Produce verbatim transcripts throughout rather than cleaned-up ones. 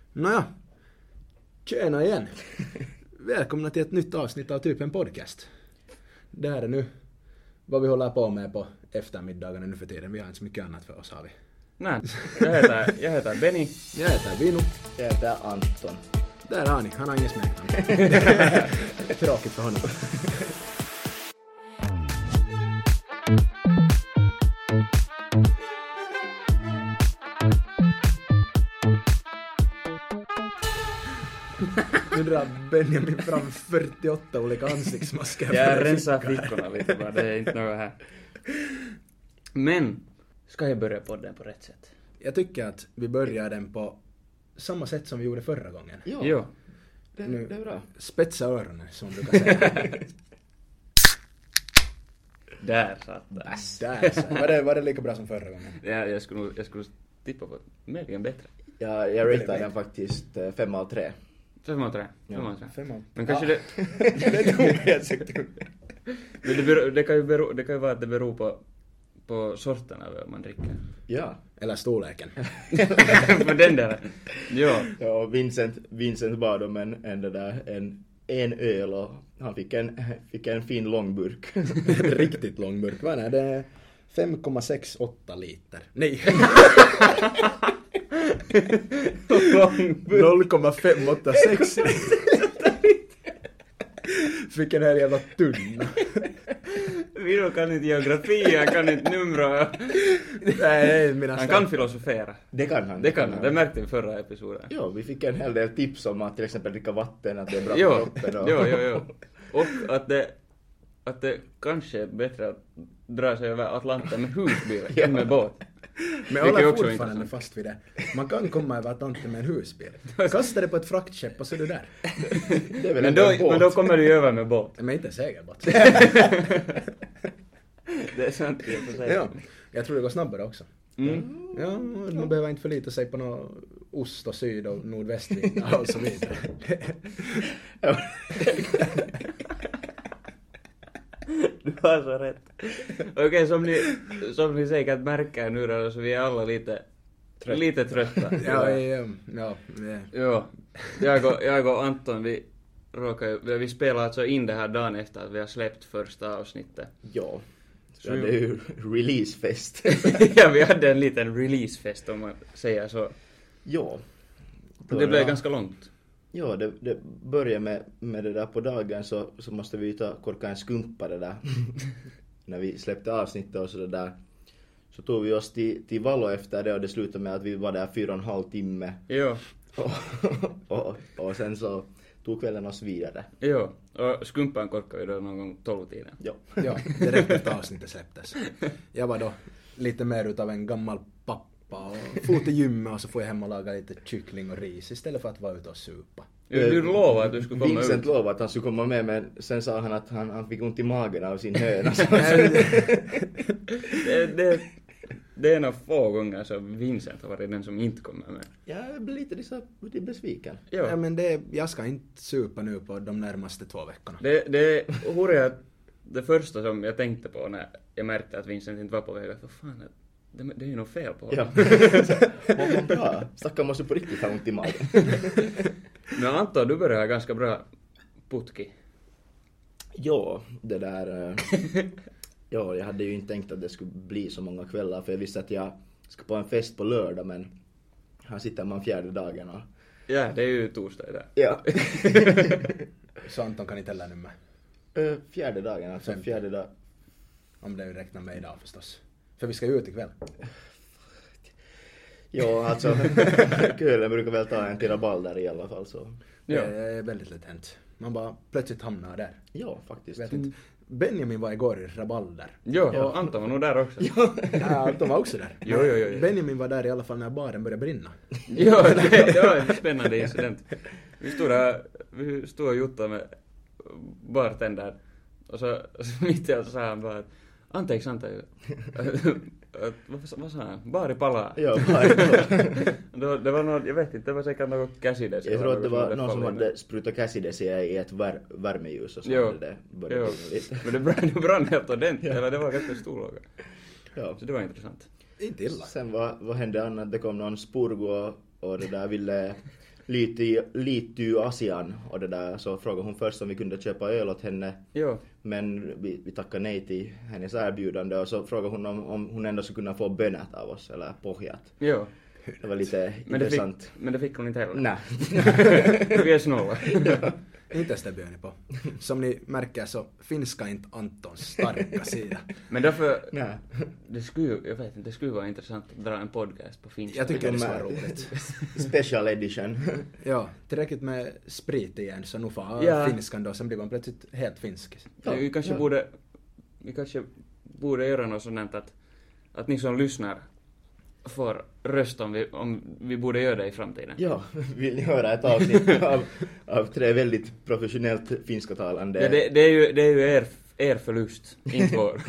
Nåja, tjena igen. Välkomna till ett nytt avsnitt av typ en podcast. Det här är nu vad vi håller på med på eftermiddagarna nu för tiden. Vi har inte så mycket annat för oss, har vi. Nej, jag heter, jag heter Benny. Jag heter Vino. Jag heter Anton. Där har ni, han har ingen smeknamn. Tråkigt för honom. Nu drar Benjamin fram fyrtioåtta olika ansiktsmasker. Jag rensar fickorna lite bara, det är inte något här. Men, ska jag börja podden på rätt sätt? Jag tycker att vi börjar den på samma sätt som vi gjorde förra gången. Jo, Jo. det, Nu, det är bra. spetsa öronen, som du kan säga. Där satt det. Där, så. Var, det, var det lika bra som förra gången? Ja, jag skulle, nog- jag skulle tippa på möjligen bättre. Jag, jag ratear den faktiskt eh, fem av tre. Fem av tre. Fem av tre. Fem av. Men kanske Ja. det... Det tog mig en sekund. Men det, beror, det, kan ju bero, det kan ju vara att det beror på, på sorten av öl man dricker. Ja. Eller storleken. På den där. Ja. Ja, och Vincent, Vincent bad om en, en, det där, en, en öl och han fick en, fick en fin långburk. En riktigt lång burk. Vad är det? fem komma sex åtta liter. Nej. noll komma fem åtta sex. Fick en här jävla tunna. Vino kan inte geografi, han kan inte numra. Nej, mina Han kan filosofera. Det kan han. Det kan han, det märkte vi förra episoden. Ja, vi fick en hel del tips om att till exempel dricka vatten, att det är bra för Jo, kroppen. Och... jo, jo, jo. Och att det, att det kanske är bättre att dra sig över Atlanten med husbil Ja. än med båt. Men jag Vilket håller också är fortfarande intressant. fast vid det. Man kan komma över Atlanten med en husbil. Kasta det på ett fraktskepp och så är du där. Det är väl Men ändå då, en båt. men då kommer du ju över med båt. Men inte segelbåt. Det är sant i och för sig. Ja, jag tror det går snabbare också. Mm. Ja, man behöver inte förlita sig på någon ost och syd och nordvästvindar och så vidare. Ja. Du har så rätt. Okej, okay, som, ni, som ni säkert märker nu då, så vi är alla lite, lite trötta. Ja, ja, ja, ja. Jo, jag och, jag och Anton, vi råkar ju- vi spelar alltså in det här dagen efter att vi har släppt första avsnittet. Ja. Så det är ju releasefest. Ja, vi hade en liten releasefest om man säger så. Ja. Det blev ganska långt. Ja, det, det börjar med, med det där på dagen så, så måste vi ta korka en skumpa det där. När vi släppte avsnittet och så det där. Så tog vi oss till, till Valo efter det och det slutade med att vi var där fyra och en halv timme. Jo, Och, och, och sen så tog kvällen oss vidare. jo. Och skumpan korkade vi då någon gång tolv-tiden. Ja. Ja, direkt efter avsnittet släpptes. Jag var då lite mer utav en gammal pappa och for till gymmet och så får jag hem och laga lite kyckling och ris istället för att vara ute och supa. Du, du lovade att du skulle komma Vincent ut. lovade att han skulle komma med, men sen sa han att han, han fick ont i magen av sin höna. Det, det, det är nog få gånger som Vincent har varit den som inte kommer med. Jag blev lite, lite besviken. Jo. Ja, men det, jag ska inte supa nu på de närmaste två veckorna. Det, det, hur är det första som jag tänkte på när jag märkte att Vincent inte var på väg, att vad fan, det, det är ju något fel på honom. Ja. Vad vad bra. Stackaren måste på riktigt ha ont i magen. Men Anton, du börjar ganska bra putki. Ja, det där... eh, ja, jag hade ju inte tänkt att det skulle bli så många kvällar, för jag visste att jag ska på en fest på lördag, men här sitter man fjärde dagen och... Ja, det är ju torsdag idag. Ja. Så Anton kan inte heller nu med. Eh, fjärde dagen, alltså Femte. fjärde dag. Om det räknar med idag förstås. För vi ska ju ut ikväll. Ja, alltså... Kvällen brukar väl ta en till rabalder i alla fall, så... Det Ja. är väldigt lätt hänt. Man bara plötsligt hamnar där. Ja, faktiskt. Vet inte. Benjamin var igår i rabalder. Jo, och Anton var nog där också. Ja, de var också där. Jo, jo, jo, jo. Benjamin var där i alla fall när baren började brinna. Jo, det, det var en spännande incident. Vi stod där, vi stod och jutade med bartender. Och så, och så mitt i allt så sa han bara att anteeksi, anteeksi. Att, vad, vad sa han? Bari palaa. Ja, bara det, det var något, jag vet inte, det var säkert något käsides. Jag tror att det var något någon som fall hade sprutat käsides i ett vär, värmeljus och så Jo. hade det börjat Jo, brinna lite. men det brann, det brann helt ordentligt, Ja. eller det var ganska stor låga. Ja. Så det var intressant. Inte illa. Sen vad, vad hände annat? Det kom någon spurgo och, och det där ville Lity, Lity Asian och det där, så frågade hon först om vi kunde köpa öl åt henne. Jo. Men vi, vi tackade nej till hennes erbjudande och så frågade hon om, om hon ändå skulle kunna få bönat av oss eller pohjat. Jo. Det var lite Men det, intressant. fick, men det fick hon inte heller. Nej. Vi är snåla. Inte ens det bjöd ni på. Som ni märker så finska inte Antons starka sida. Men därför, Nej. det skulle, jag vet inte, det skulle vara intressant att dra en podcast på finska. Jag tycker det De är så är- roligt. Special edition. Ja, tillräckligt med sprit igen så nu får Ja. finskan då, sen blir man plötsligt helt finsk. Ja, vi kanske ja. borde, vi kanske borde göra något sånt att, att ni som lyssnar får rösta om vi, om vi borde göra det i framtiden. Ja, vill ni höra ett avsnitt av, av tre väldigt professionellt finskatalande? Ja, det, det är ju, det är ju er, er förlust, inte vår.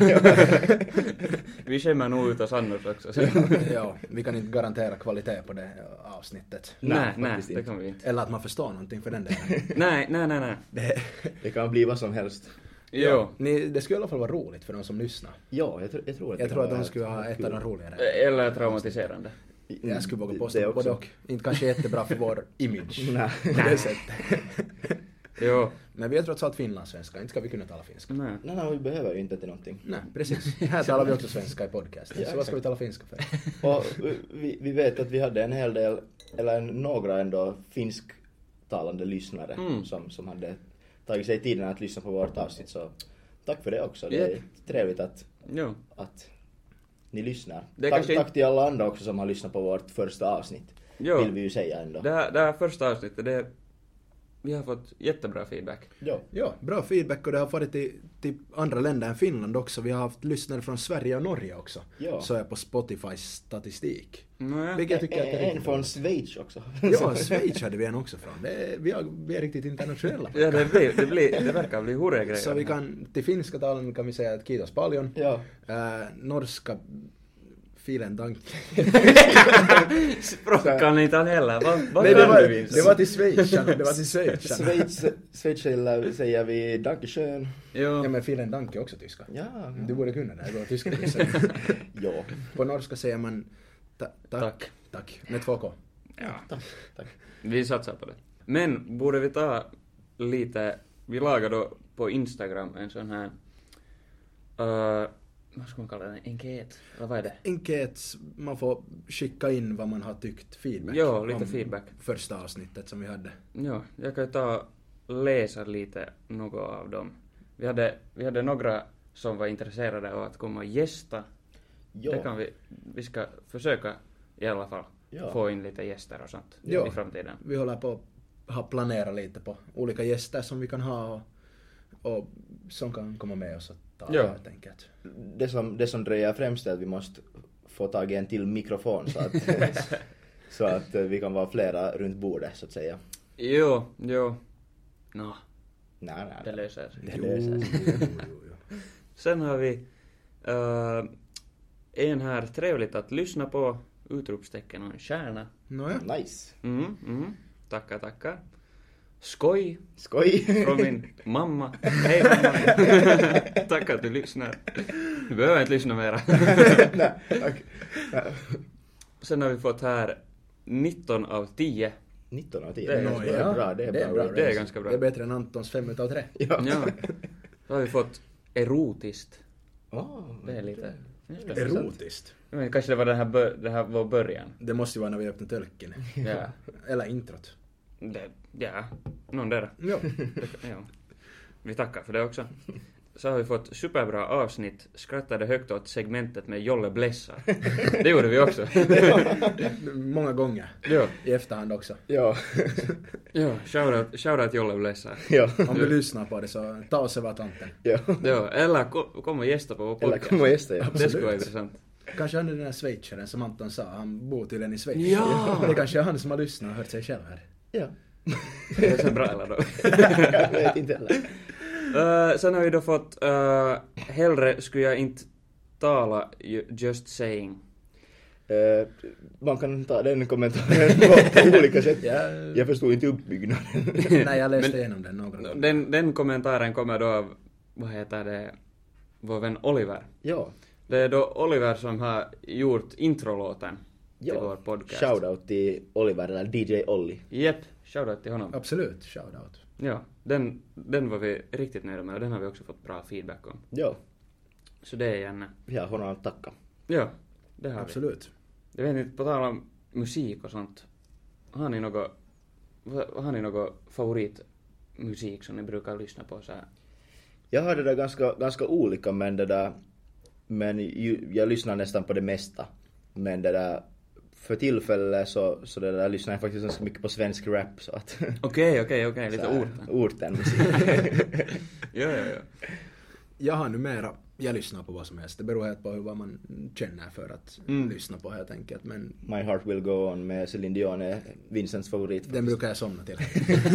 Vi skämmer nog ut oss annars också. Så. Ja, vi kan inte garantera kvalitet på det avsnittet. Nej, Nej, nej, faktiskt det inte. kan vi inte. Eller att man förstår någonting för den delen. Nej, nej, nej, nej. Det, Det kan bli vad som helst. Jo. ni, det skulle i alla fall vara roligt för de som lyssnar. Ja, jag, tr- jag tror att det Jag kan tror att vara de helt- skulle ha helt ett av kul. de roligare. Eller traumatiserande. Jag skulle våga Det- påstå det både också. och. Inte kanske jättebra för vår image. Nej. På det sättet. Jo. Men vi är trots allt finlandssvenska, inte ska vi kunna tala finska. Nej. Nej, nej, vi behöver ju inte till någonting. Nej, precis. Här talar vi också svenska i podcasten. Ja, Så vad ska vi tala finska för? Och vi, vi vet att vi hade en hel del, eller några ändå, finsktalande lyssnare Mm. som, som hade tagit sig tiden att lyssna på vårt avsnitt. Så tack för det också. Det är Yep. trevligt att, Jo. att ni lyssnar. Det är tack, kanske tack inte- till alla andra också som har lyssnat på vårt första avsnitt. Jo. Vill vi ju säga ändå. Det här, det här första avsnittet, det, vi har fått jättebra feedback. Ja. Ja, bra feedback och det har varit till, till andra länder än Finland också. Vi har haft lyssnare från Sverige och Norge också. Ja. Så är på Spotifys statistik. Nåja. Vilket jag tycker att det är En riktigt från roligt. Schweiz också. Ja, Schweiz hade vi en också från. Det är, vi, har, vi är riktigt internationella. Ja, det, blir, det, blir, det verkar bli hurra grejer. Så vi kan, till finska talen kan vi säga att kiitos paljon. Ja. Äh, norska, vielen dank. Språkan inte han heller. Vad, vad Nej, det kan var, du Vince? det var till Schweizarna. Det var till Schweizarna. Schweiz, Schweizilla säger vi Dankeschön. Ja, Jo. men vielen dank är också tyska. Ja. Du borde kunna det, det går tyska. Ja. På norska säger man ta, tack. Tack. Tack. Med två K. Ja. Tack. Tack. Vi satsar på det. Men borde vi ta lite, vi lagar då på Instagram en sån här, uh, vad ska man kalla det, enkät? Eller vad är det? Enkät, man får skicka in vad man har tyckt, feedback. Jo, lite om feedback. Första avsnittet som vi hade. Ja, jag kan ju ta och läsa lite något av dem. Vi hade, vi hade några som var intresserade av att komma och gästa. Ja. Det kan vi, vi ska försöka i alla fall Ja. få in lite gäster och sånt Ja. i framtiden. Vi håller på att ha planerat lite på olika gäster som vi kan ha och, och som kan komma med oss och ta Ja. helt enkelt. Det som, det som dröjer främst är att vi måste få tag i en till mikrofon så att, så att eh, vi kan vara flera runt bordet så att säga. Jo, jo. Nå, Nej, nej, det löser sig. Det löser sig. Jo, jo, jo. Sen har vi uh, en här, trevligt att lyssna på, utropstecken och en stjärna. Nåja. Nice. Mm, mm. Tackar, tackar. Skoj Skoj. från min mamma. Hej mamma. Tack att du lyssnar. Du behöver inte lyssna mera. Nej, tack. Nej. Sen har vi fått här nitton av tio. nitton av tio. Det är Det är, ganska det är bra. Det är bra. Det är rating. ganska bra. Det är bättre än Antons fem utav tre. Ja. Ja. Så har vi fått erotiskt. Oh, Det är lite... Erotiskt. Men kanske det var den här, bör, det här var början. Det måste ju vara när vi öppnar tölken. Ja. Eller introt. Det, ja, någon där. Ja. Det- Ja. Vi tackar för det också. Så har vi fått superbra avsnitt. Skrattade högt åt segmentet med Jolle Blessar. Det gjorde vi också. Många gånger. Ja. I efterhand också. Ja. Ja, shoutout, shoutout Jolle Blessar. Ja. Om du lyssnar på det så ta oss över tanten. Ja. Ja, eller kom, kom och gästa på vår Eller podcast. kom och gästa, ja. Det skulle vara intressant. Kanske han är den där schweizaren som Anton sa, han bor tydligen i Schweiz. Ja! Det kanske är han som har lyssnat och hört sig själv här. Ja. Det är så bra eller då. Jag vet inte heller. Uh, sen har vi då fått uh, hellre skulle jag inte tala ju- just saying. Eh, man kan ta den kommentaren på, på olika sätt. Ja. Jag förstod inte uppbyggnaden. Nej, jag läste Men- igenom den några gånger. Den, den kommentaren kommer då av, vad heter det, vår vän Oliver. Ja. Det är då Oliver som har gjort introlåten till vår podcast. Shoutout till Oliver, eller D J Olli. Jep, shoutout till honom. Absolut, shoutout. Ja, den, den var vi riktigt nöjda med och den har vi också fått bra feedback om. Ja, Så det är gärna. ja honom att tacka. Ja, det har Absolut. vi. Jag vet inte, på tal om musik och sånt. Har ni något, vad- har ni något favoritmusik som ni brukar lyssna på så här? Jag har det där ganska, ganska olika, men det där... Men ju, jag lyssnar nästan på det mesta. Men det där... För tillfället så, så det där lyssnar jag faktiskt ganska mycket på svensk rap, så att... Okej, okej, okej, lite så här, orten. Orten musik. Ja, ja, ja. Jag har numera, jag lyssnar på vad som helst. Det beror helt på vad man känner för att Mm. lyssna på helt enkelt. Men My Heart Will Go On med Celine Dion är Vincents favorit. den brukar jag somna till.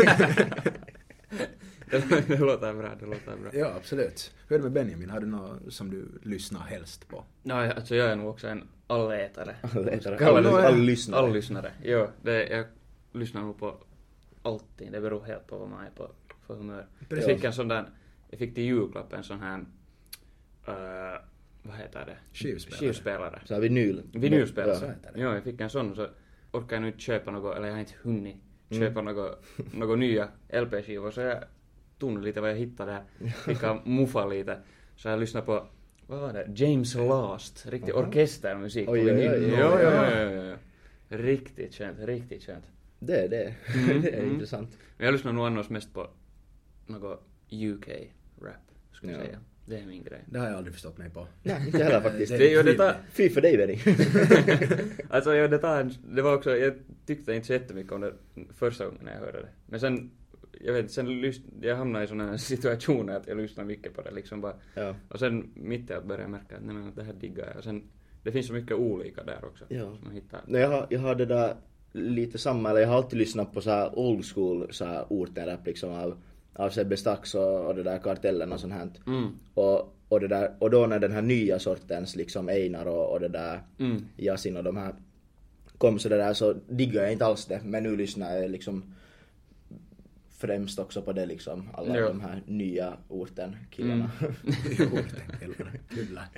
det, det låter bra, det låter bra. Ja, absolut. Hur är det med Benjamin? Har du något som du lyssnar helst på? Nej, alltså jag är nog också en allätare. Allätare. Kallar All, du- all lyssnare. All lyssnare. Jo, det, jag lyssnar nog på allting. Det beror helt på vad man är på för humör. Jag Precis. fick en sån där, jag fick till julklapp en sån här, uh, vad heter det? Skivspelare. Skivspelare. Så har vi vinyl. Vinylspelare. Så heter det. Ja, jag fick en sån så orkar jag nu inte köpa något, eller jag har inte hunnit Mm. köpa något, något nya L P-skivor så jag tog lite vad jag hittade där. Fick muffa lite. Så jag lyssnade på, vad var det? James Last. Riktig Aha. orkestermusik på Oj, oj, vinyl. oj, oj, Ja, oj. ja, ja, ja, ja. Riktigt skönt, riktigt skönt. Det är det. Mm, det är mm. intressant. Men jag lyssnar nog annars mest på något U K-rap, skulle jag Ja. säga. Det är min grej. Det har jag aldrig förstått mig på. Nej, inte heller faktiskt. Det, jo, det, tar, Fy för dig, Benny. alltså, ja, det, tar en, det var också, jag tyckte inte så jättemycket om det första gången när jag hörde det. Men sen, jag vet sen lys, jag hamnade i sådana situationer att jag lyssnar mycket på det liksom bara. Ja. Och sen mitt i att börja märka att nej men det här diggar jag. Och sen, det finns så mycket olika där också. Ja. Som man hittar. Nej, jag har, jag har det där lite samma, eller jag har alltid lyssnat på så här old school så här ortenrap liksom av, av Sebbe Stax och, och det där Kartellen och sånt här. Mm. Och, och det där, och då när den här nya sortens liksom Einar och, och det där Mm. Yasin och de här kom så det där så diggar jag inte alls det, men nu lyssnar jag liksom främst också på det liksom, alla Ja. de här nya orten killarna. Kyllä.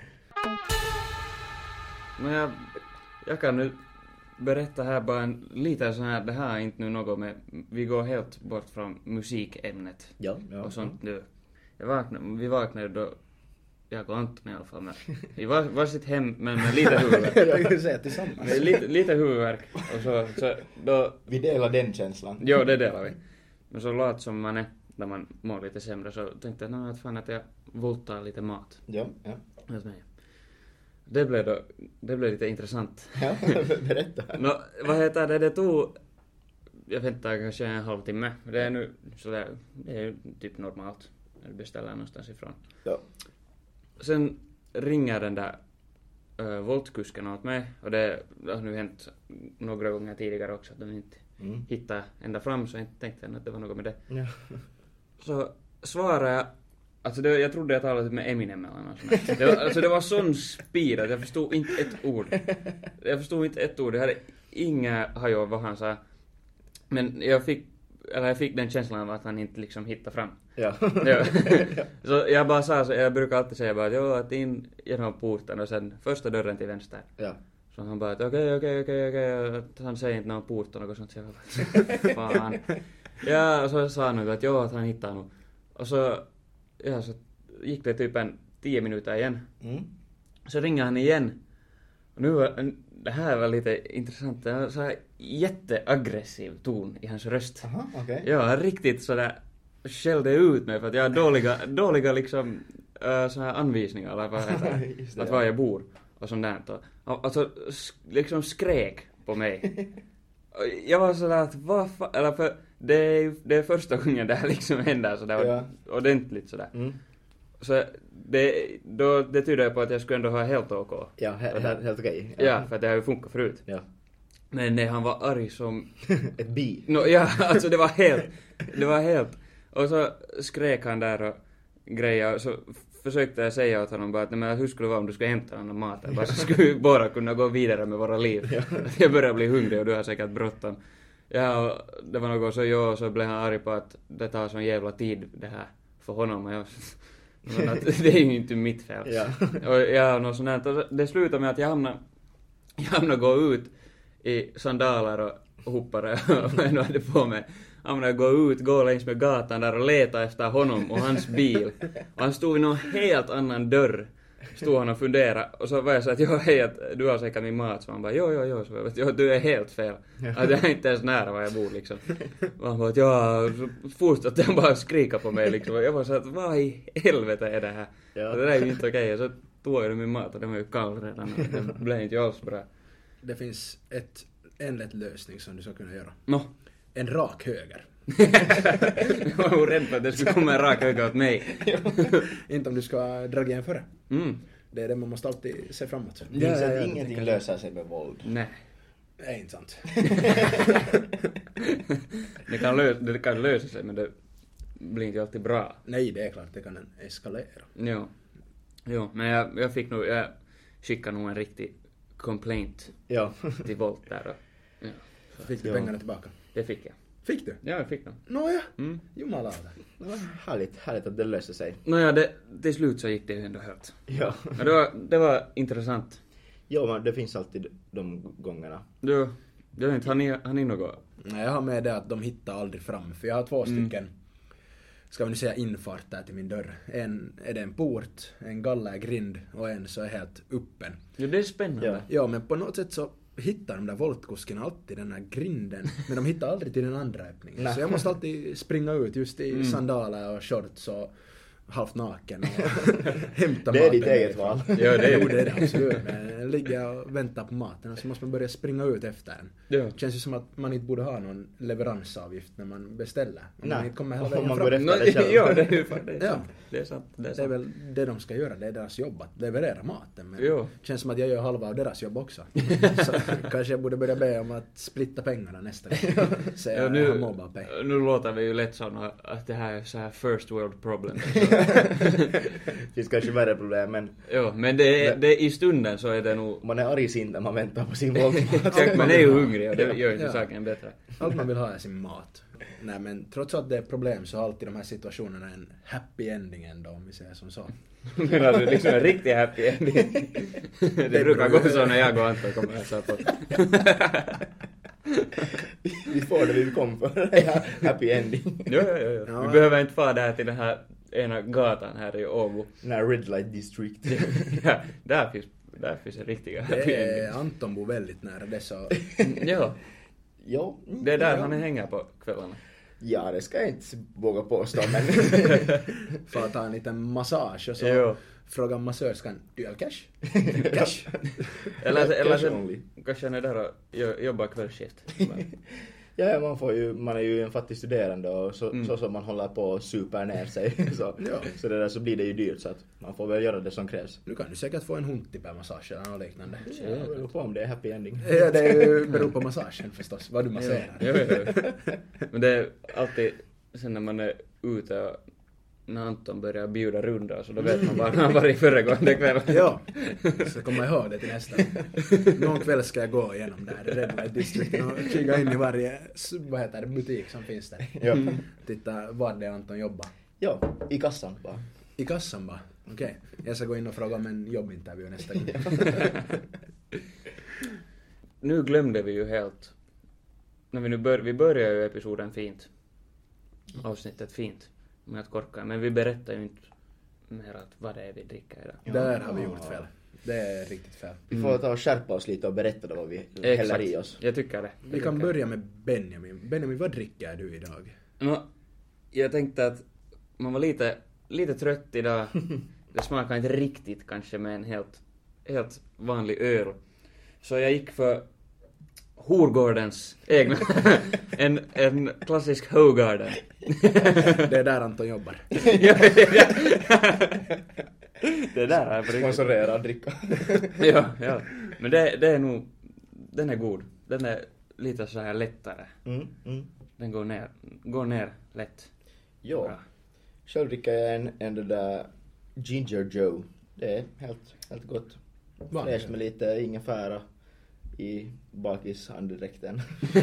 Men jag, jag kan nu berätta här bara en liten sån här, det här är inte nu något med, vi går helt bort från musikämnet Ja, ja. och sånt nu. Jag vaknade, vi vaknade då, jag och Anton i alla fall, men vi var, var sitt hem men med lite huvudvärk. Jag kan säga tillsammans. Med lite, lite huvudvärk och så, så då, Vi delar den känslan. jo det delar vi. Men så lat som man är, när man mår lite sämre så tänkte jag, nej, att fan att jag voltar lite mat. Ja, ja. Hos mig. Det blev då, det blev lite intressant. Ja, berätta. Nå, vad heter det, det tog, jag väntar kanske en halvtimme. Det är nu sådär, det är ju typ normalt när du beställer någonstans ifrån. Ja. Sen ringer den där uh, voltkusken åt mig och det har nu hänt några gånger tidigare också att de inte Mm. hittar ända fram så jag tänkte jag att det var något med det. Ja. Så svarade jag, alltså det, jag trodde jag talade med Eminem eller något sånt där. Det var, alltså det var sån speed att jag förstod inte ett ord. Jag förstod inte ett ord, jag hade inga hajor vad han sa. Men jag fick, eller jag fick den känslan av att han inte liksom hittade fram. Ja. Ja. Så jag bara sa, så jag brukar alltid säga bara att jo, att in genom porten och sen första dörren till vänster. Ja. Så han bara att okej, okej, okej, okej, att han säger inte någon port och något sånt. Så jag bara, fan. Ja, och så sa han nog att jo, att han hittar nog. Och så, ja, så gick det typ en tio minuter igen. Mm. Så ringer han igen. Och nu var, det här var lite intressant. Det var så här jätteaggressiv ton i hans röst. Aha, okej. Ja, han riktigt sådär skällde ut mig för att jag har dåliga, dåliga liksom äh, så här anvisningar eller vad heter det? Just det, Att ja. var jag bor och sånt där. Och, alltså sk- liksom skrek på mig. Och jag var sådär att vad fan, eller för det är ju det är första gången det här liksom händer sådär Ja. ordentligt sådär. Mm. Så det, då, det tyder på att jag skulle ändå ha helt OK. Ja, he- he- helt okej. Ja, för att det har ju funkat förut. Ja. Men nej, han var arg som... Ett bi. No, ja, alltså det var helt... Det var helt... Och så skrek han där och grejer och så försökte jag säga åt honom bara att nej, men hur skulle det vara om du skulle hämta honom maten? Bara så skulle vi bara kunna gå vidare med våra liv. Ja. Jag börjar bli hungrig och du har säkert bråttom. Ja, och det var något så jag så blev han arg på att det tar sån jävla tid det här för honom och jag... Men att det är ju inte mitt fel. Ja. Och ja, något sånt där. Och det slutade med att jag hamnade, jag hamnade gå ut i sandaler och hoppare och vad jag nu hade på mig. Han började gå ut, gå längs med gatan där och leta efter honom och hans bil. Och han stod i någon helt annan dörr. Stod han och funderade. Och så var jag så att, ja hej, att du har säkert min mat. Så han bara, jo, jo, jo. Så jag vet, jo, du är helt fel. Att jag är inte ens nära var jag bor liksom. Och han bara, ja, så fortsatte han bara skrika på mig liksom. Och jag var så att, vad i helvete är det här? Ja. Och det där är ju inte okej. Så tog jag min mat och den var ju kall redan. Och det blev inte alls bra. Det finns ett, en lätt lösning som du ska kunna göra. Nå. En rak höger. Jag var rädd för att det skulle komma en rak öga åt mig. Inte om du ska dra igen före. Mm. Det är det man måste alltid se framåt. Det är Ja, så ja, att ja, ingenting löser sig med våld. Nej. Det är inte sant. Det kan, lösa, det kan lösa sig men det blir inte alltid bra. Nej, det är klart. Det kan en eskalera. Jo. Jo, men jag, jag fick nog, jag skickade nog en riktig complaint Ja. till Volt där och, ja, Fick du Ja. pengarna tillbaka? det fick jag. Fick du? Ja, jag fick dem. Nåja, Mm. jumalauta. Det var härligt, härligt att det löste sig. Nåja, det, till slut så gick det ju ändå helt. Ja. Men det var, det var intressant. Ja, men det finns alltid de gångerna. Du, jag vet inte, har ni, har ni något? Nej, jag har med det att de hittar aldrig fram. För jag har två Mm. stycken, ska vi nu säga, infarter till min dörr. En är det en port, en gallergrind och en så är helt öppen. Jo, det är spännande. Ja. Ja, men på något sätt så hittar de där voltkuskarna alltid den här grinden. Men de hittar aldrig till den andra öppningen. Nej. Så jag måste alltid springa ut just i Mm. sandaler och shorts och halvt naken och hämta Det är maten ditt eget därifrån. val. Ja, det är Jo, det. det är det absolut. Men jag ligger och väntar på maten och så måste man börja springa ut efter den. Ja. Det känns ju som att man inte borde ha någon leveransavgift när man beställer. Om man Nej, inte kommer hela om vägen man fram. går efter Nå, det själv. ja, det är ju fan, det är Ja. sant. Det är sant. Det är Det är sant. väl det de ska göra, det är deras jobb att leverera maten. Men Jo. det känns som att jag gör halva av deras jobb också. Så kanske jag borde börja be om att splitta pengarna nästa gång. Så jag Ja, har nu, mobile pay. nu låter vi ju lätt såna att det här är så här first world problem. Det finns kanske värre problem, men Jo, men det är, det, i stunden så är det nog... man är argsint när man väntar på sin våldmat. Exakt, man är ju hungrig och det gör inte Ja. saken bättre. Allt man vill ha är sin mat. Nej, men trots att det är problem så har alltid de här situationerna en happy ending ändå, om vi säger som så. Menar du liksom en riktig happy ending? Det brukar gå så när jag går och Anton kommer och hälsar på. Vi får det vi kom för. Ja, happy ending. Jo, jo, jo. Ja. Vi behöver inte fara där till den här ena gatan här i Åbo. Den här Red Light District. Ja, där finns, där finns en riktiga happy Det är, ending. Anton bor väldigt nära det, så Ja, Jo. mm, det är där ja. han hänger på kvällarna. Ja, det ska jag inte våga påstå, men... för att ta en liten massage och så Jo. frågar massörskan, du har cash? Cash? Eller, eller Cash sen, only. kanske han är där och jo- jobbar kvällsskift. Ja, ja, man får ju, man är ju en fattig studerande och så, Mm. så som man håller på och super ner sig så, Ja. så det där så blir det ju dyrt så att man får väl göra det som krävs. Nu kan du säkert få en hundtippelmassage eller något liknande. Ja, det beror på om det är happy ending. Ja, det är ju- beror på massagen förstås, vad du masserar. Jo, jo, jo. Men det är alltid sen när man är ute och när Anton börjar bjuda runda så då vet man bara att han har varit föregående kväll. Ja, så kommer jag ihåg det till nästa gång. Någon kväll ska jag gå igenom där Red Light District och kika in i varje, vad heter det, butik som finns där. Ja. Titta var det Anton jobbar. Ja, i kassan bara. I kassan bara. Okej, jag ska gå in och fråga om en jobbintervju nästa gång. Nu glömde vi ju helt, när vi nu bör, vi börjar ju episoden fint, avsnittet fint, med att korka, men vi berättar ju inte mer att vad det är vi dricker idag. Där har vi gjort fel. Det är riktigt fel. Vi får ta och skärpa oss lite och berätta då vad vi häller i oss. Jag tycker det. Vi kan börja med Benjamin. Benjamin, vad dricker du idag? Nå, jag tänkte att man var lite, lite trött idag. Det smakar inte riktigt kanske med en helt, helt vanlig öl. Så jag gick för Horgårdens egna, en, en klassisk Hogarden. Det är där Anton jobbar. Ja, ja. Det där är på riktigt. Sponsorerad dricka. Ja, ja. Men det, det är nog, den är god. Den är lite så här lättare. Mm, mm. Den går ner, går ner lätt. Ja. Bra. Själv dricker jag en, en det där Ginger Joe. Det är helt, helt gott. Vanlig. Fräsch med lite ingefära i bakisandedräkten.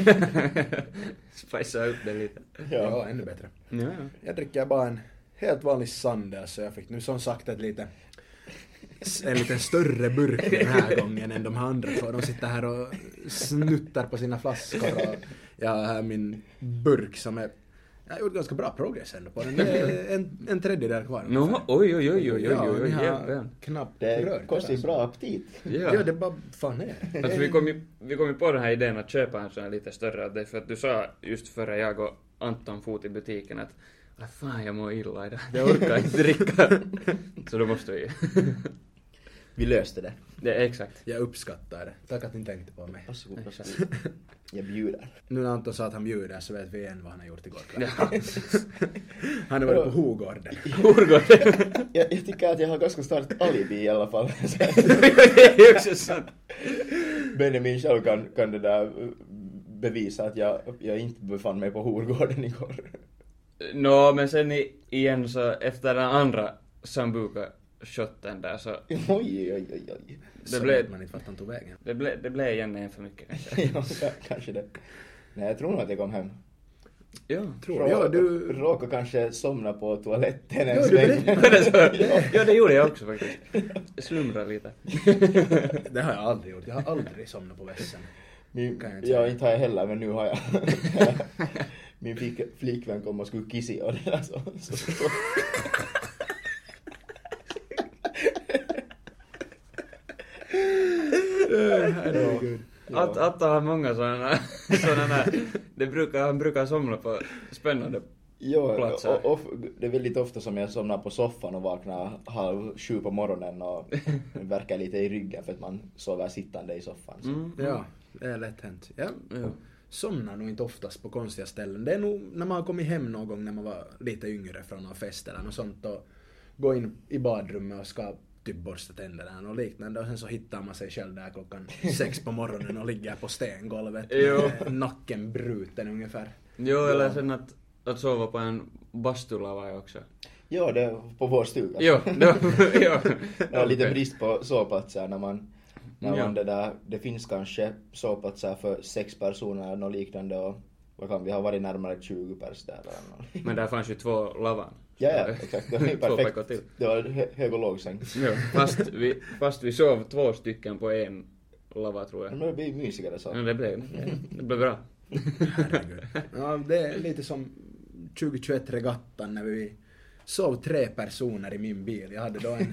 Spicea upp det lite. Ja, ännu bättre. Ja, ja. Jag dricker bara en helt vanlig Sanders så jag fick nu som sagt ett lite en liten större burk den här gången än de andra två. De sitter här och snuttar på sina flaskor och jag har här min burk som är... Jag har gjort ganska bra progress ändå på den. Det är en, en tredjedel kvar. No, oj, oj, oj, oj, oj, Ja, oj, ni har jävlar. knappt Det rört kostar ju det, bra aptit. Ja. ja, det bara fan är. Alltså vi kom ju vi kom ju på den här idén att köpa en sån här lite större. Det är för att du sa just före jag och Anton fot i butiken att ah, fan jag mår illa idag. Jag orkar inte dricka. Så då måste vi. Vi löste det. Det är exakt. Jag uppskattar det. Tack att ni tänkte på mig. Varsågod, varsågod. Jag bjuder. Nu när Anton sa att han bjuder så vet vi igen vad han har gjort igår kväll. Ja. Han har varit på Hogården. Horgården. jag, jag tycker att jag har ganska starkt alibi i alla fall. Det är också sant. Benjamin själv kan, kan det där bevisa att jag, jag inte befann mig på Horgården igår. Nå, men sen i, igen så efter den andra sambuca-shotten där så Oj, oj, oj, oj. Så blev- vet man inte vart han tog vägen. det blev det blev igen en för mycket kanske. Ja, ka- kanske det. Nej, jag tror nog att jag kom hem. Ja. Tror Rå- ja, du... Råkade kanske somna på toaletten en Ja, du sväng. berättade. Var det så? Ja, det gjorde jag också faktiskt. Jag slumrade lite. Det har jag aldrig gjort. Jag har aldrig somnat på vässen. Min, Kan jag inte ja, säga. inte har jag heller, men nu har jag. Min flick, flickvän kom och skulle kissi och det där så. så, så. Herregud. Att, att har många sådana, sådana det brukar, han brukar somna på spännande. Jo, Platser. och, och, det är väldigt ofta som jag somnar på soffan och vaknar halv sju på morgonen och verkar lite i ryggen för att man sover sittande i soffan. Så. Mm. Ja, det är lätt hänt. Jag Ja. somnar nog inte oftast på konstiga ställen. Det är nog när man har kommit hem någon gång när man var lite yngre från någon fest eller något sånt och gå in i badrummet och ska typ borsta tänderna och liknande och sen så hittar man sig själv där klockan sex på morgonen och ligger på stengolvet Jo. med nacken bruten ungefär. Jo, eller sen att, att sova på en bastulava också. Ja, det är på vår stuga. Jo, det var, jo. Det är lite Okej. brist på sovplatser när man, när Ja. man det där, det finns kanske sovplatser för sex personer eller något liknande och vad kan vi ha varit närmare tjugo pers där eller något. Men där fanns ju två lavan. Ja, ja, exakt. Det var ju Två veckor perfekt. till. Det var hö- hög och lågsäng. Jo, fast vi, fast vi sov två stycken på en lava tror jag. Men det blir mysigare så. Ja, det blev, det blev bra. Herregud. Ja, det är lite som tjugohundratjugoett-regattan när vi sov tre personer i min bil. Jag hade då en,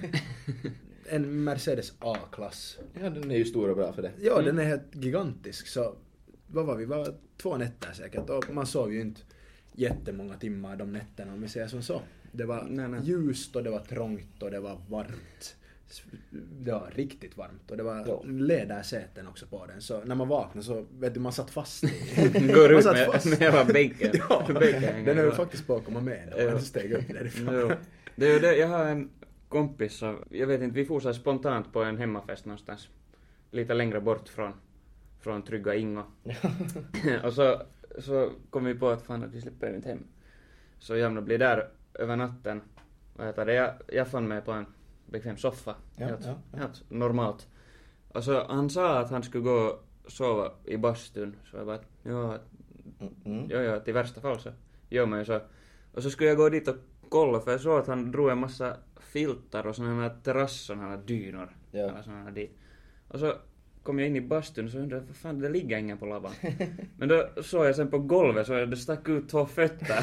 en Mercedes A-klass. Ja, den är ju stor och bra för det. Ja, den är helt gigantisk. Så vad var vi? Var två nätter säkert. Och man sov ju inte jättemånga timmar de nätterna om vi säger som så. Det var Nej, nej. ljust och det var trångt och det var varmt. Det var riktigt varmt och det var Ja. lädersäten också på den. Så när man vaknade så vet du, man satt fast i. Går Man ut satt med, fast. med hela bänken. Ja, Bänken hänger den höll kvar. faktiskt på att komma med då. Ja. Man steg upp därifrån. Jo. Det är ju det, jag har en kompis som, jag vet inte, vi får så här spontant på en hemmafest någonstans. Lite längre bort från, från Trygga Ingo. Och så, så kom vi på att fan att vi släpper ju inte hem. Så jag blir där över natten. Vad heter det? Jag, jag fann mig på en bekväm soffa. Ja, helt, ja, ja. helt normalt. Och så han sa att han skulle gå och sova i bastun. Så jag bara, ja, Mm, mm. ja, ja, till värsta fall så gör man ju så. Och så skulle jag gå dit och kolla för jag såg att han drog en massa filtar och såna här terrass, såna här dynor. Ja. Eller såna här dit. Och så kom jag in i bastun och så undrade jag, vad fan, det ligger ingen på lavan. Men då såg jag sen på golvet så det stack ut två fötter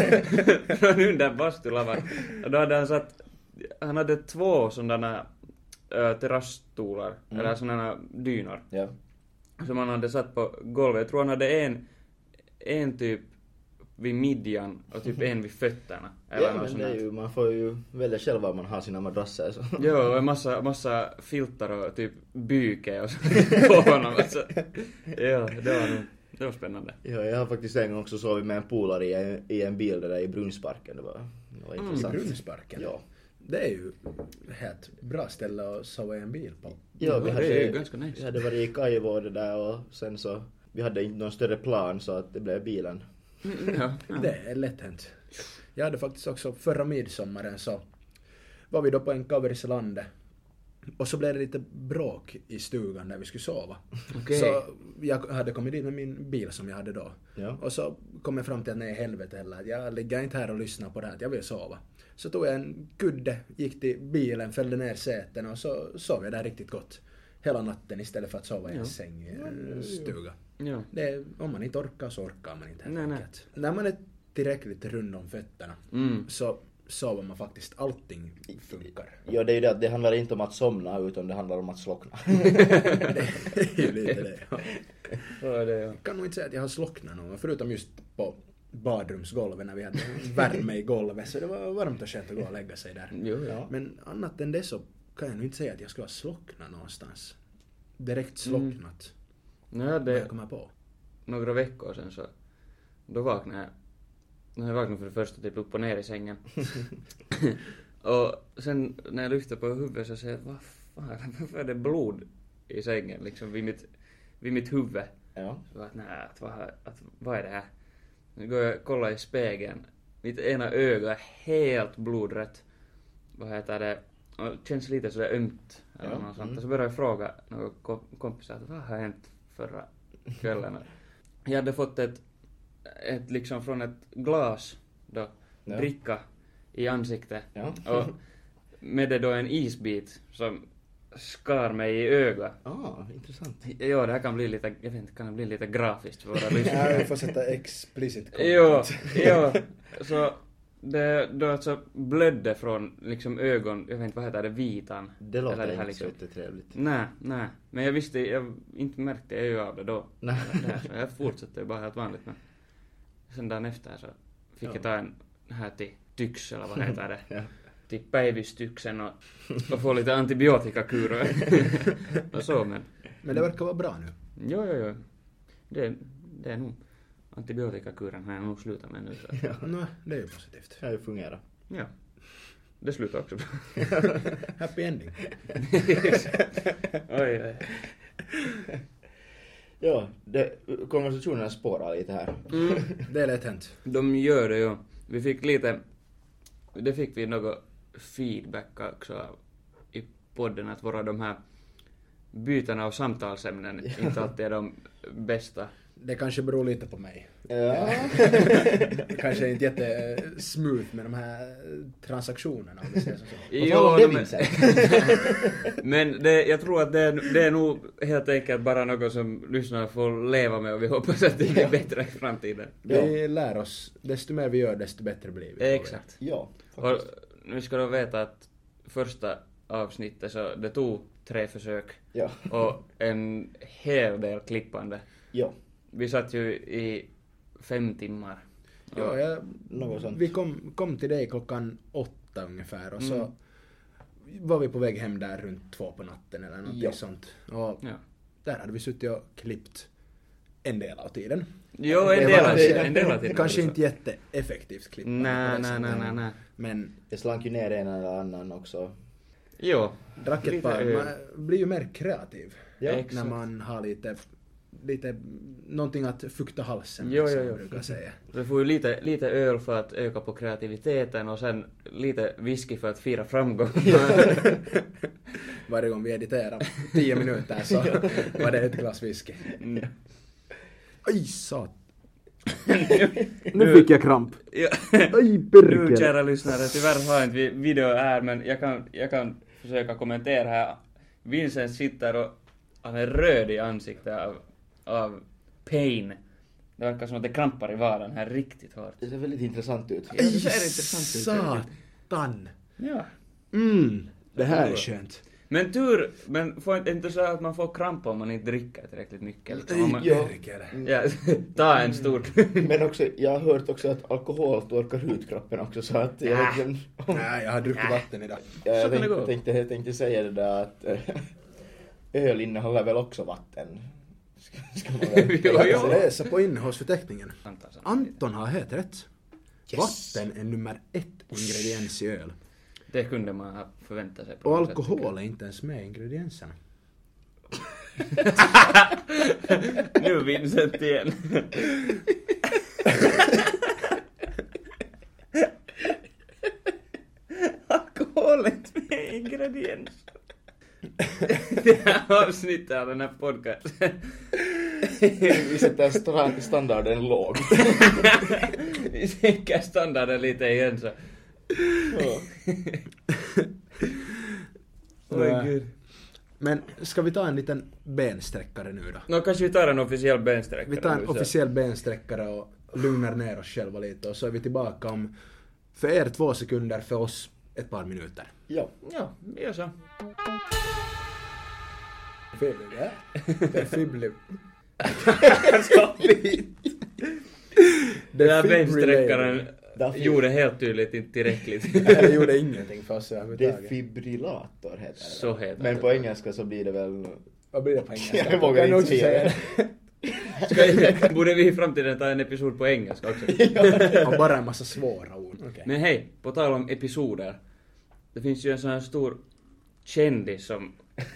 från under bastulavan. Och då hade han satt, han hade två sådana äh, terrassstolar, Mm. eller sådana dynor. Ja. Som han hade satt på golvet. Jag tror han hade en, en typ vid midjan och typ en vid fötterna. Eller Ja, något men sånt det är där. ju, man får ju välja själv var man har sina madrasser. Så. Jo, och en massa, massa filtar och typ byke och så på honom. Alltså, ja, det var nog, det var spännande. Ja, jag har faktiskt en gång också sovit med en polare i en, i en bil där i Brunnsparken. Det var, det var I intressant. Brunnsparken. Ja. Det är ju helt bra ställe att sova i en bil på. Ja, vi det hade, är ju ganska nice. vi hade varit i Kaivo det där och sen så, vi hade inte någon större plan så att det blev bilen. Mm, ja, ja. Det är lätt hänt. Jag hade faktiskt också förra midsommaren så var vi då på en Kaverislandet Och så blev det lite bråk i stugan där vi skulle sova. Okej. Så jag hade kommit dit med min bil som jag hade då. Ja. Och så kom jag fram till att nej, helvete heller. Att jag ligger inte här och lyssnar på det här. Att jag vill sova. Så tog jag en kudde, gick till bilen, fällde ner säten och så sov jag där riktigt gott. Hela natten istället för att sova i en Ja. säng i en stuga. Ja. Det är, om man inte orkar så orkar man inte helt Nej, nej. enkelt. När man är tillräckligt rund om fötterna Mm. så sover man faktiskt. Allting funkar. Ja, det är ju det att det handlar inte om att somna utan det handlar om att slockna. Det är ju lite det. Ja. Ja, det är Jag kan nog inte säga att jag har slocknat någon, förutom just på badrumsgolvet när vi hade värme i golvet, så det var varmt och skönt att gå och lägga sig där. Jo, ja. Men annat än det så kan jag nog inte säga att jag skulle ha slocknat någonstans. Direkt slocknat. Nu Vad hade jag kommer på. några veckor sedan så då vaknade jag. När jag vaknade för det första typ upp och ner i sängen. Och sen när jag lyfte på huvudet så säger jag, vad fan, varför är det blod i sängen liksom vid mitt, vid mitt huvud? Ja. Så att, nej, att, vad, att, vad är det här? Nu går jag och kollar i spegeln. Mitt ena öga är helt blodrött. Vad heter det? Och det känns lite sådär ömt. Eller Ja, något sånt. mm. Och så började jag fråga några kom- kompisar att vad har hänt förra kvällen? Jag hade fått ett, ett liksom från ett glas då, Ja. dricka i ansiktet. Ja. Och med det då en isbit som skar mig i ögat. Ah, intressant. Ja, det här kan bli lite, jag vet inte, kan det bli lite grafiskt för våra lyssnare. Ja, vi får sätta explicit content. Jo, jo. Så det då alltså blödde från liksom ögon, jag vet inte vad heter det, vitan. Det låter Eller det här inte liksom. så jättetrevligt. Nej, nej. Men jag visste, jag inte märkte jag ju av det då. Nej. Det här, så jag fortsatte bara helt vanligt. Men sen dagen efter så fick Ja. jag ta en här till Tyx, eller vad heter det. Ja. Till Päivystyxen och, och få lite antibiotikakurer. Och så, men. Men det verkar vara bra nu. Jo, jo, jo. Det, det är nog. Antibiotikakuren har jag nog slutat med nu. Så. Ja. Nå, det är ju positivt. Det fungerar. Ja. Det slutar också bra. Happy ending. Oj, oj. Ja, det, konversationen spårar lite här. Mm. Det är lätt hänt. De gör det ju. Vi fick lite, det fick vi något feedback också av i podden att våra de här bytena av samtalsämnen inte alltid är de bästa. Det kanske beror lite på mig. Ja. Kanske inte jätte smooth med de här transaktionerna om vi säger så. Vad fan om det men, Vincent? men det, jag tror att det är, det är nog helt enkelt bara något som lyssnarna får leva med och vi hoppas att det är bättre i framtiden. Vi lär oss, desto mer vi gör desto bättre blir vi. Exakt. Ja, Och faktiskt. nu ska de veta att första avsnittet så det tog tre försök Ja. och en hel del klippande. Ja. Vi satt ju i fem timmar. Ja, jag, Något sånt. vi kom, kom till dig klockan åtta ungefär och så Mm. var vi på väg hem där runt två på natten eller någonting Ja. sånt. Och Ja. där hade vi suttit och klippt en del av tiden. Jo, en Det del var- av tiden. En del av tiden. Kanske inte jätteeffektivt klippt. Nej, nej, nej, nej, nej. Men Det slank ju ner en eller annan också. Jo. drack ett Lite par, öl. man blir ju mer kreativ. Ja, när exakt. man har lite, lite någonting att fukta halsen med, Jo, som jo, man jo. brukar säga. Så får ju lite, lite öl för att öka på kreativiteten och sen lite whisky för att fira framgång. Varje gång vi editerar tio minuter så var det ett glas whisky. Mm. Aj, sat. Nu fick jag kramp. Ja. Aj, Nu kära lyssnare, tyvärr har inte vi video här men jag kan, jag kan försöka kommentera här. Vincent sitter och han är röd i ansiktet av, av pain. Det verkar som att det krampar i vaden här riktigt hårt. Det ser väldigt intressant ut. Ja, det ser intressant ut. Satan. Ja. Mm, det här är skönt. Men tur, men får inte, inte så att man får kramp om man inte dricker tillräckligt mycket. Liksom. Om man, Ja. ja, ta en stor... Men också, jag har hört också att alkohol torkar ut kroppen också så att jag vet inte om... Nej, jag har druckit vatten idag. Ja, jag Så kan det tänkte, gå. tänkte, jag tänkte säga det där att äh, öl innehåller väl också vatten. Ska, ska man väl Jo, Jag jo. ska läsa på innehållsförteckningen. Antar så. Anton har helt rätt. Yes. Vatten är nummer ett ingrediens i öl. Det kunde man ha förväntat sig. på Och något sätt, alkohol är inte ens med i ingredienserna. tycker jag. Nu Vincent igen. Alkohol är inte med i ingrediens. det här avsnittet av den här podcasten. Vi sätter sta- standarden låg. Vi sänker standarden lite igen så. Ja. Oj gud. Men ska vi ta en liten bensträckare nu då? Nå, kanske vi tar en officiell bensträckare. Vi tar en nu, så. officiell bensträckare och lugnar ner oss själva lite och så är vi tillbaka om för er två sekunder, för oss ett par minuter. Ja. Ja, vi gör så. Fibblig, ja? Det är fibblig. Den här bensträckaren Därför- gjorde helt tydligt inte tillräckligt. Det gjorde ingenting för oss överhuvudtaget. Defibrillator heter det. Så heter Men det. på engelska så blir det väl... Vad blir det på engelska? Jag vågar Kan du inte också säga det. Ska jag, borde vi i framtiden ta en episod på engelska också? Och bara en massa svåra ord. Okay. Men hej, på tal om episoder. Det finns ju en sån här stor kändis som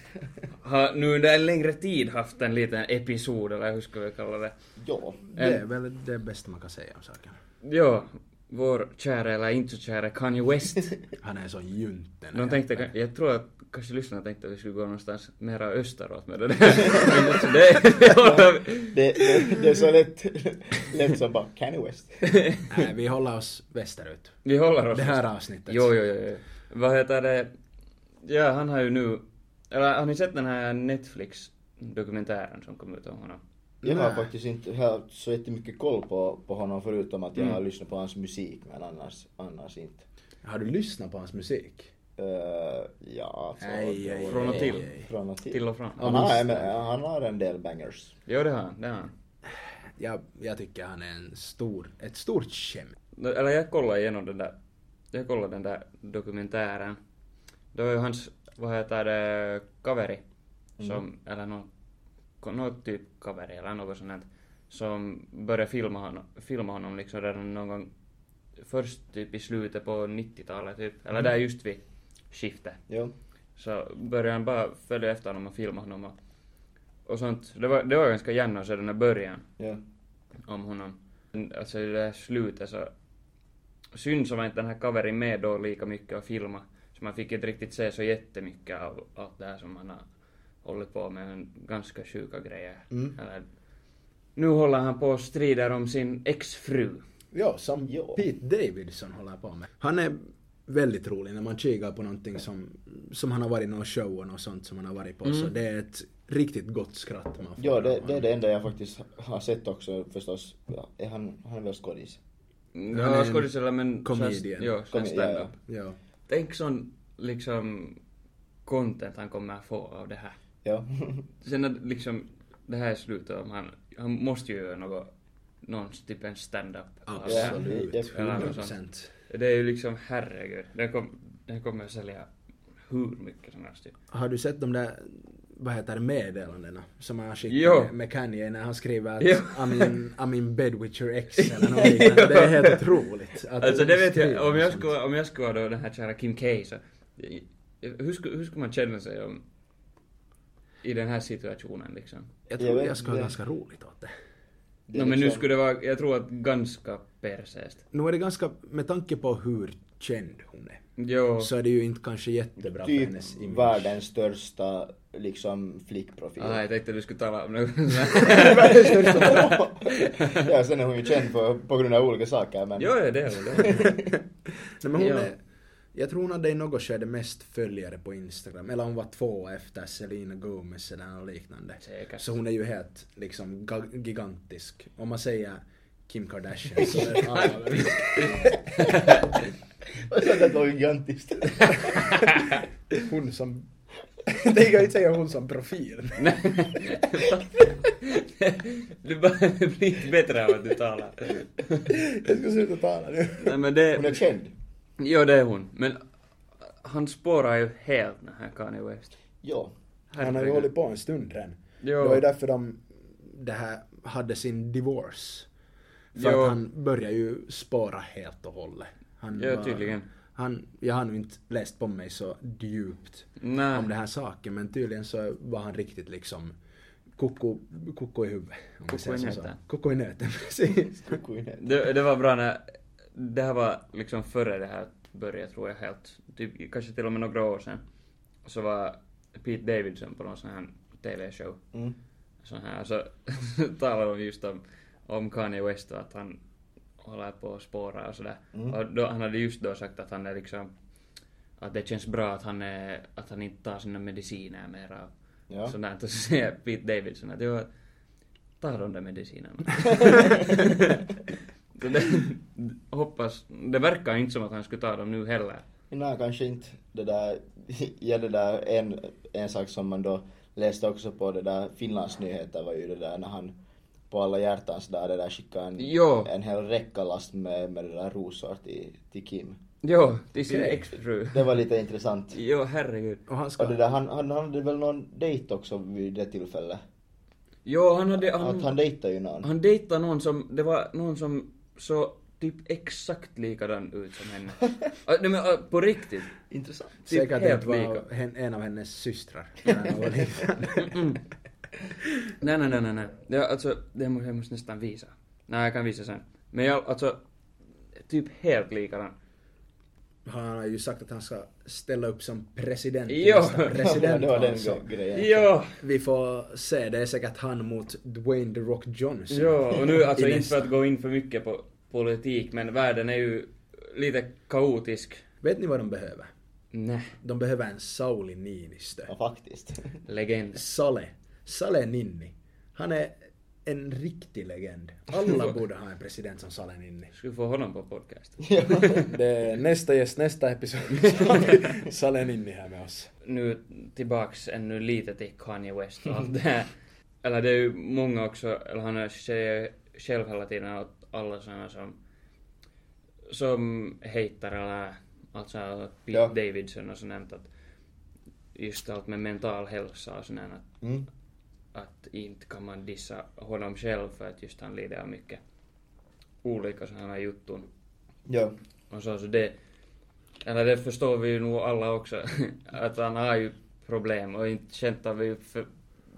har nu under en längre tid haft en liten episod, eller hur ska vi kalla det? Ja. Det är väl det bästa man kan säga om saken. Ja, vår kära eller inte så kära Kanye West. Han är så junten. De tänkte, jag tror att kanske lyssnarna tänkte att vi skulle gå någonstans mera österåt med det där. Men alltså det, Det, det, det är så lätt, lätt som bara Kanye West. Nej, vi håller oss västerut. vi håller oss. Det här avsnittet. Jo, jo, jo. Vad heter det? Ja, han har ju nu... Eller har ni sett den här Netflix-dokumentären som kom ut om honom? Jag har Nej. faktiskt inte har så jättemycket koll på, på honom förutom att jag Mm. har lyssnat på hans musik, men annars, annars inte. Har du lyssnat på hans musik? Uh, ja, så... Nej, nej, Från och nej, till. nej. Från och till. Till och från. Han har, men, han har en del bangers. Jo, det har han. Det har han. Jag, jag tycker han är en stor, ett stort skämt. Eller jag kollade igenom den där... Jag kollade den där dokumentären. Det var ju hans, vad heter det, kaveri. Som, eller någon, någon typ kaveri eller något sånt här, som började filma honom, filma honom liksom redan någon gång först typ i slutet på nittiotalet typ, eller där just vid skiftet. Jo. Så började han bara följa efter honom och filma honom och, och sånt. Det var, det var ganska gärna att se den här början Ja. om honom. Alltså i det här slutet så syns som att den här kaverin med då lika mycket och filma. Så man fick inte riktigt se så jättemycket av allt det här som han har hållit på med, en ganska sjuka grejer. Mm. Eller, nu håller han på och strider om sin exfru. Ja, som Ja. Pete Davidson håller på med. Han är väldigt rolig när man kikar på någonting som, som han har varit i någon show och något sånt som han har varit på. Mm. Så det är ett riktigt gott skratt man får. Ja, av det, det är honom. det enda jag faktiskt har sett också förstås. Ja, är han, han är väl skådis? Han är Ja, en skådespelare men... comedian. Ja, Kom- stand-up. Ja. Tänk sån liksom content han kommer få av det här. Ja. Sen när liksom det här är slutet, om han, han måste ju göra något, någon typ en stand-up. av det här. Absolut. Ja, Eller hundra något sånt. procent. Det är ju liksom, herregud, den, kom, den kommer att sälja hur mycket som helst. Typ. Har du sett de där, vad heter det, meddelandena som han skickar Jo. med, med Kanye när han skriver att Jo. I'm, in, I'm in bed with your ex eller något liknande. Det är helt otroligt. Att Alltså det vet skriver jag, om jag sånt. skulle, om jag skulle vara då den här kära Kim K så, hur skulle, hur skulle man känna sig om, i den här situationen liksom? Jag Jag tror vet jag ska ha det. ganska roligt åt det. Det No, är men nu liksom- skulle det vara, jag tror att ganska persest. Nu är det ganska, med tanke på hur känd hon är, Jo, så är det ju inte kanske jättebra för Typ hennes image. världens största liksom flickprofil. ah, jag tänkte att du skulle tala om något Världens största. Ja, sen är hon ju känd för, på grund av olika saker, men... Jo, ja, det är det. Nej, men hon Ja. är, jag tror hon hade i något skede mest följare på Instagram, eller hon var två efter Selena Gomez eller något liknande. Säkert. Så hon är ju helt liksom ga- gigantisk. Om man säger Kim Kardashian så är det alla väl. Vad sa du att det var gigantiskt? Hon som... Det kan ju inte säga hon som profil. Du bara blir inte bättre av att du talar. Jag ska sluta tala nu. Nej, men det... Hon är känd. Jo, det är hon. Men han spårar ju helt den här Kanye West. Ja. Han har ju Herregud. hållit på en stund redan. Jo. Det var ju därför de det här hade sin divorce. För Jo. att han började ju spåra helt och hållet. Han Ja, var- tydligen. Han, jag har nu inte läst på mig så djupt Nej. om det här saken, men tydligen så var han riktigt liksom koko, koko i huvudet. Om vi Koko säger i så. nöten. Koko i nöten, precis. Det, det var bra när... Det här var liksom före det här började, tror jag, helt... Typ, kanske till och med några år sedan. Så var Pete Davidson på någon sån här T V-show. Mm. Så här, så talar de just om, om Kanye West och att han håller på att spåra och sådär. Mm. Och då, han hade just då sagt att han är liksom, att det känns bra att han, är, att han inte tar sina mediciner mera. Ja. Sådär, och så säger Pete Davidson att jag tar de där medicinerna. Så det, hoppas, det verkar inte som att han skulle ta dem nu heller. Nej, kanske inte. Det där, ja, det där en, en sak som man då läste också på det där Finlands nyheter var ju det där när han på alla hjärtans där, det där skickade en, Jo. en hel räcka last med, med det där rosor till, till Kim. Jo, till sin ex-fru. Det var lite intressant. Jo, herregud. Och han ska... Och det där, han, han hade väl någon dejt också vid det tillfället. Jo, han hade... Att han dejtade ju någon. Han dejtade någon som, det var någon som så typ exakt likadan ut som henne. Ah, nej men ah, på riktigt. Intressant. Typ Säkert helt inte var lika. hen, en av hennes systrar. Eller något liknande. Mm. Nej, nej, nej, nej, nej. Ja, alltså, det måste jag måste nästan visa. Nej, jag kan visa sen. Men jag, alltså, typ helt likadan. Han har ju sagt att han ska ställa upp som president. i Jo. nästa presidentval, det var den så gre- grejen. Jo! vi får se, det är säkert han mot Dwayne The Rock Johnson. Jo, och nu alltså I inte nästa. för att gå in för mycket på politik, men världen är ju lite kaotisk. Vet ni vad de behöver? Nej, De behöver en Sauli Niinistö. Ja, faktiskt. legend. Sale. Sale Ninni. Han är en riktig legend. Alla borde ha en president som Sale Ninni. Skulle få honom på podcast. Det är nästa gäst, nästa episod. Sale Ninni här med oss. Nu tillbaks ännu lite till Kanye West och allt det här. Eller det är ju många också, eller han säger själv hela tiden att alla sådana som som hatar eller alltså Pete Ja. Davidson och sånt att just allt med mental hälsa och sånt att, Mm. att inte kan man dissa honom själv för att just han lider av mycket olika sådana här jutton. Ja. Och så, så det, eller det förstår vi ju nog alla också, att han har ju problem och inte känner vi ju för,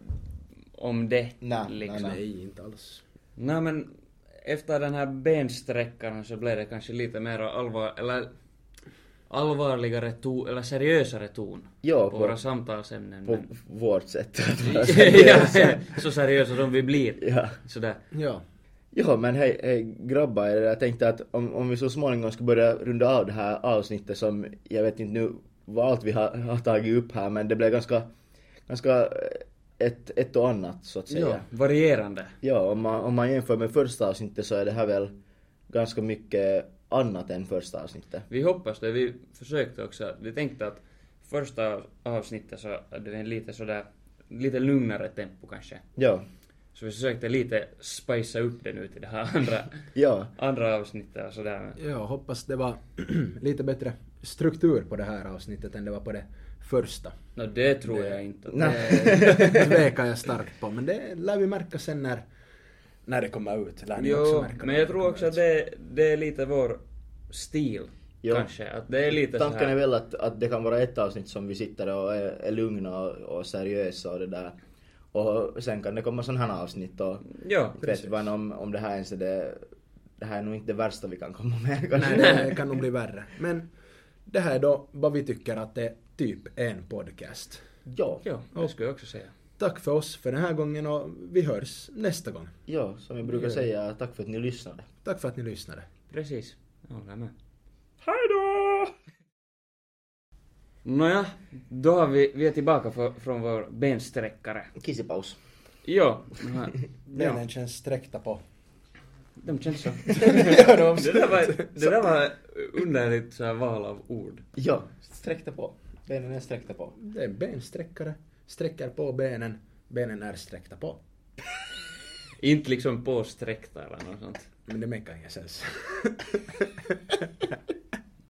om det Nej, liksom. nej, Nej, inte alls. Nej men efter den här bensträckan så blev det kanske lite mer allvar, eller allvarligare ton, eller seriösare ton Ja, på på, våra samtalsämnen. på men, vårt sätt att vara ja, seriös. ja, så seriösa som vi blir. Ja. Sådär. Ja. Ja, men hej, hej grabbar, jag tänkte att om, om vi så småningom ska börja runda av det här avsnittet som, jag vet inte nu vad allt vi har, har tagit upp här, men det blev ganska, ganska ett, ett och annat så att säga. Ja, varierande. Ja, om man, om man jämför med första avsnittet så är det här väl ganska mycket annat än första avsnittet. Vi hoppas det. Vi försökte också. Vi tänkte att första avsnittet så hade vi en lite sådär, lite lugnare tempo kanske. Ja, Så vi försökte lite spicea upp det nu till det här andra, ja, andra avsnittet och sådär. Ja, hoppas det var lite bättre struktur på det här avsnittet än det var på det första. No, det tror Det- jag inte. Nej. Det tvekar jag starkt på, men det lär vi märka sen när, när det kommer ut. Lär ni också Jo, märka men när jag det tror kommer också ut. att det, det är lite vår stil. Jo. Kanske. Att det är lite så tanken är här. väl att, att det kan vara ett avsnitt som vi sitter och är, är lugna och, och seriösa och det där. Och sen kan det komma sådana här avsnitt och Ja, vet man om, om det här ens är det, det här är nog inte det värsta vi kan komma med kanske. Nej, det kan nog bli värre. Men det här är då vad vi tycker att det är typ en podcast. Ja, ja, det skulle jag också säga. Tack för oss för den här gången och vi hörs nästa gång. ja, som jag brukar Ja. säga, tack för att ni lyssnade. Tack för att ni lyssnade. Precis. Jag håller med. Hej då! Nåja, då har vi, vi är tillbaka för, från vår bensträckare. Kissipaus. Jo, ja, Benen känns sträckta på. de känns så. Ja, de Det där var, det där var underligt så här val av ord. Ja, sträckta på. Benen är sträckta på. Det är bensträckare. Sträcker på benen. Benen är sträckta på. Inte liksom påsträckta eller något sånt. Men det mekar ingen sens.